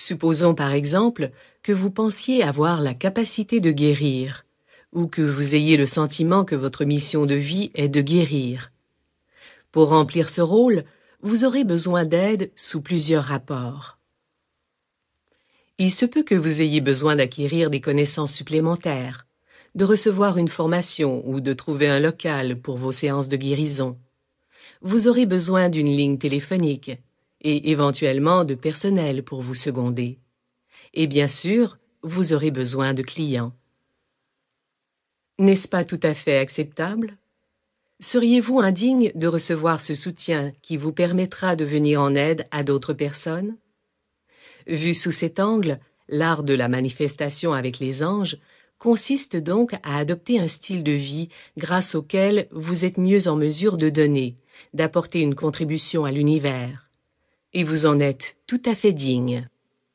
Supposons par exemple que vous pensiez avoir la capacité de guérir, ou que vous ayez le sentiment que votre mission de vie est de guérir. Pour remplir ce rôle, vous aurez besoin d'aide sous plusieurs rapports. Il se peut que vous ayez besoin d'acquérir des connaissances supplémentaires, de recevoir une formation ou de trouver un local pour vos séances de guérison. Vous aurez besoin d'une ligne téléphonique et éventuellement de personnel pour vous seconder. Et bien sûr, vous aurez besoin de clients. N'est-ce pas tout à fait acceptable? Seriez-vous indigne de recevoir ce soutien qui vous permettra de venir en aide à d'autres personnes? Vu sous cet angle, l'art de la manifestation avec les anges consiste donc à adopter un style de vie grâce auquel vous êtes mieux en mesure de donner, d'apporter une contribution à l'univers. Et vous en êtes tout à fait digne.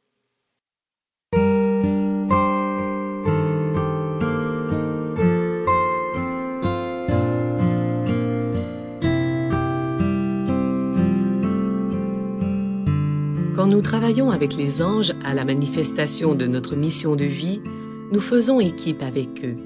Quand nous travaillons avec les anges à la manifestation de notre mission de vie, nous faisons équipe avec eux.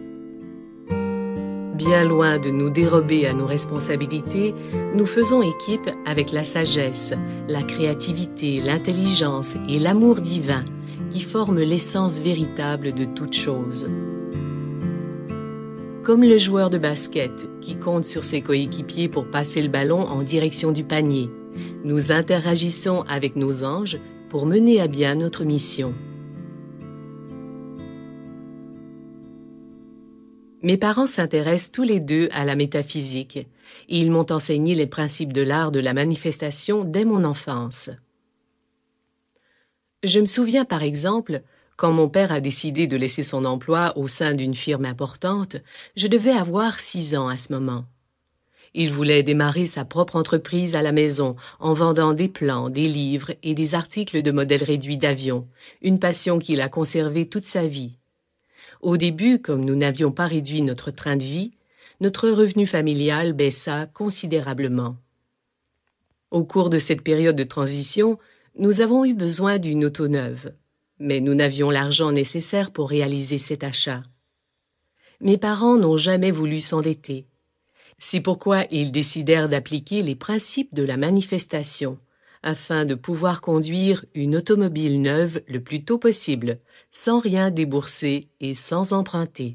Bien loin de nous dérober à nos responsabilités, nous faisons équipe avec la sagesse, la créativité, l'intelligence et l'amour divin qui forment l'essence véritable de toute chose. Comme le joueur de basket qui compte sur ses coéquipiers pour passer le ballon en direction du panier, nous interagissons avec nos anges pour mener à bien notre mission. Mes parents s'intéressent tous les deux à la métaphysique et ils m'ont enseigné les principes de l'art de la manifestation dès mon enfance. Je me souviens par exemple, quand mon père a décidé de laisser son emploi au sein d'une firme importante, je devais avoir 6 ans à ce moment. Il voulait démarrer sa propre entreprise à la maison en vendant des plans, des livres et des articles de modèles réduits d'avions, une passion qu'il a conservée toute sa vie. Au début, comme nous n'avions pas réduit notre train de vie, notre revenu familial baissa considérablement. Au cours de cette période de transition, nous avons eu besoin d'une auto neuve, mais nous n'avions l'argent nécessaire pour réaliser cet achat. Mes parents n'ont jamais voulu s'endetter. C'est pourquoi ils décidèrent d'appliquer les principes de la manifestation, afin de pouvoir conduire une automobile neuve le plus tôt possible, sans rien débourser et sans emprunter.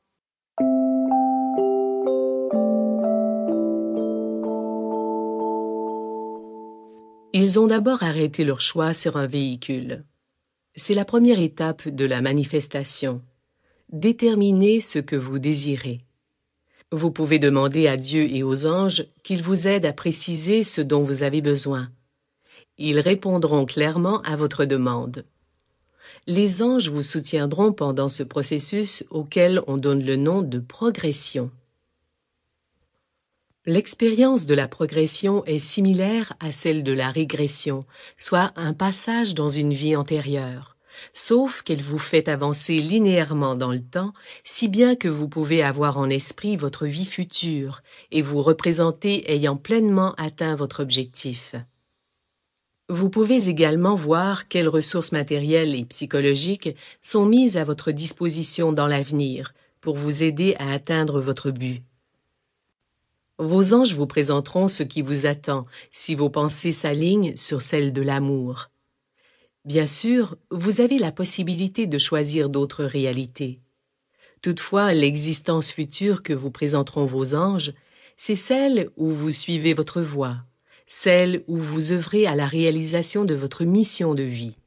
Ils ont d'abord arrêté leur choix sur un véhicule. C'est la première étape de la manifestation. Déterminez ce que vous désirez. Vous pouvez demander à Dieu et aux anges qu'ils vous aident à préciser ce dont vous avez besoin. Ils répondront clairement à votre demande. Les anges vous soutiendront pendant ce processus auquel on donne le nom de progression. L'expérience de la progression est similaire à celle de la régression, soit un passage dans une vie antérieure, sauf qu'elle vous fait avancer linéairement dans le temps, si bien que vous pouvez avoir en esprit votre vie future et vous représenter ayant pleinement atteint votre objectif. Vous pouvez également voir quelles ressources matérielles et psychologiques sont mises à votre disposition dans l'avenir pour vous aider à atteindre votre but. Vos anges vous présenteront ce qui vous attend si vos pensées s'alignent sur celles de l'amour. Bien sûr, vous avez la possibilité de choisir d'autres réalités. Toutefois, l'existence future que vous présenteront vos anges, c'est celle où vous suivez votre voie, celle où vous œuvrez à la réalisation de votre mission de vie.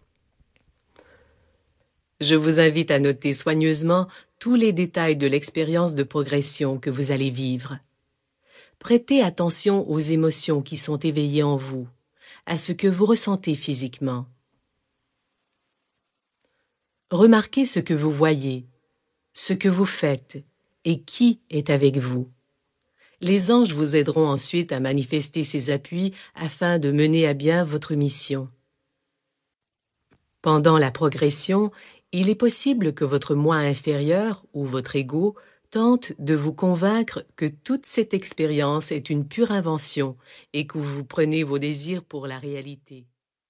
Je vous invite à noter soigneusement tous les détails de l'expérience de progression que vous allez vivre. Prêtez attention aux émotions qui sont éveillées en vous, à ce que vous ressentez physiquement. Remarquez ce que vous voyez, ce que vous faites et qui est avec vous. Les anges vous aideront ensuite à manifester ces appuis afin de mener à bien votre mission. Pendant la progression, il est possible que votre moi inférieur ou votre ego tente de vous convaincre que toute cette expérience est une pure invention et que vous prenez vos désirs pour la réalité.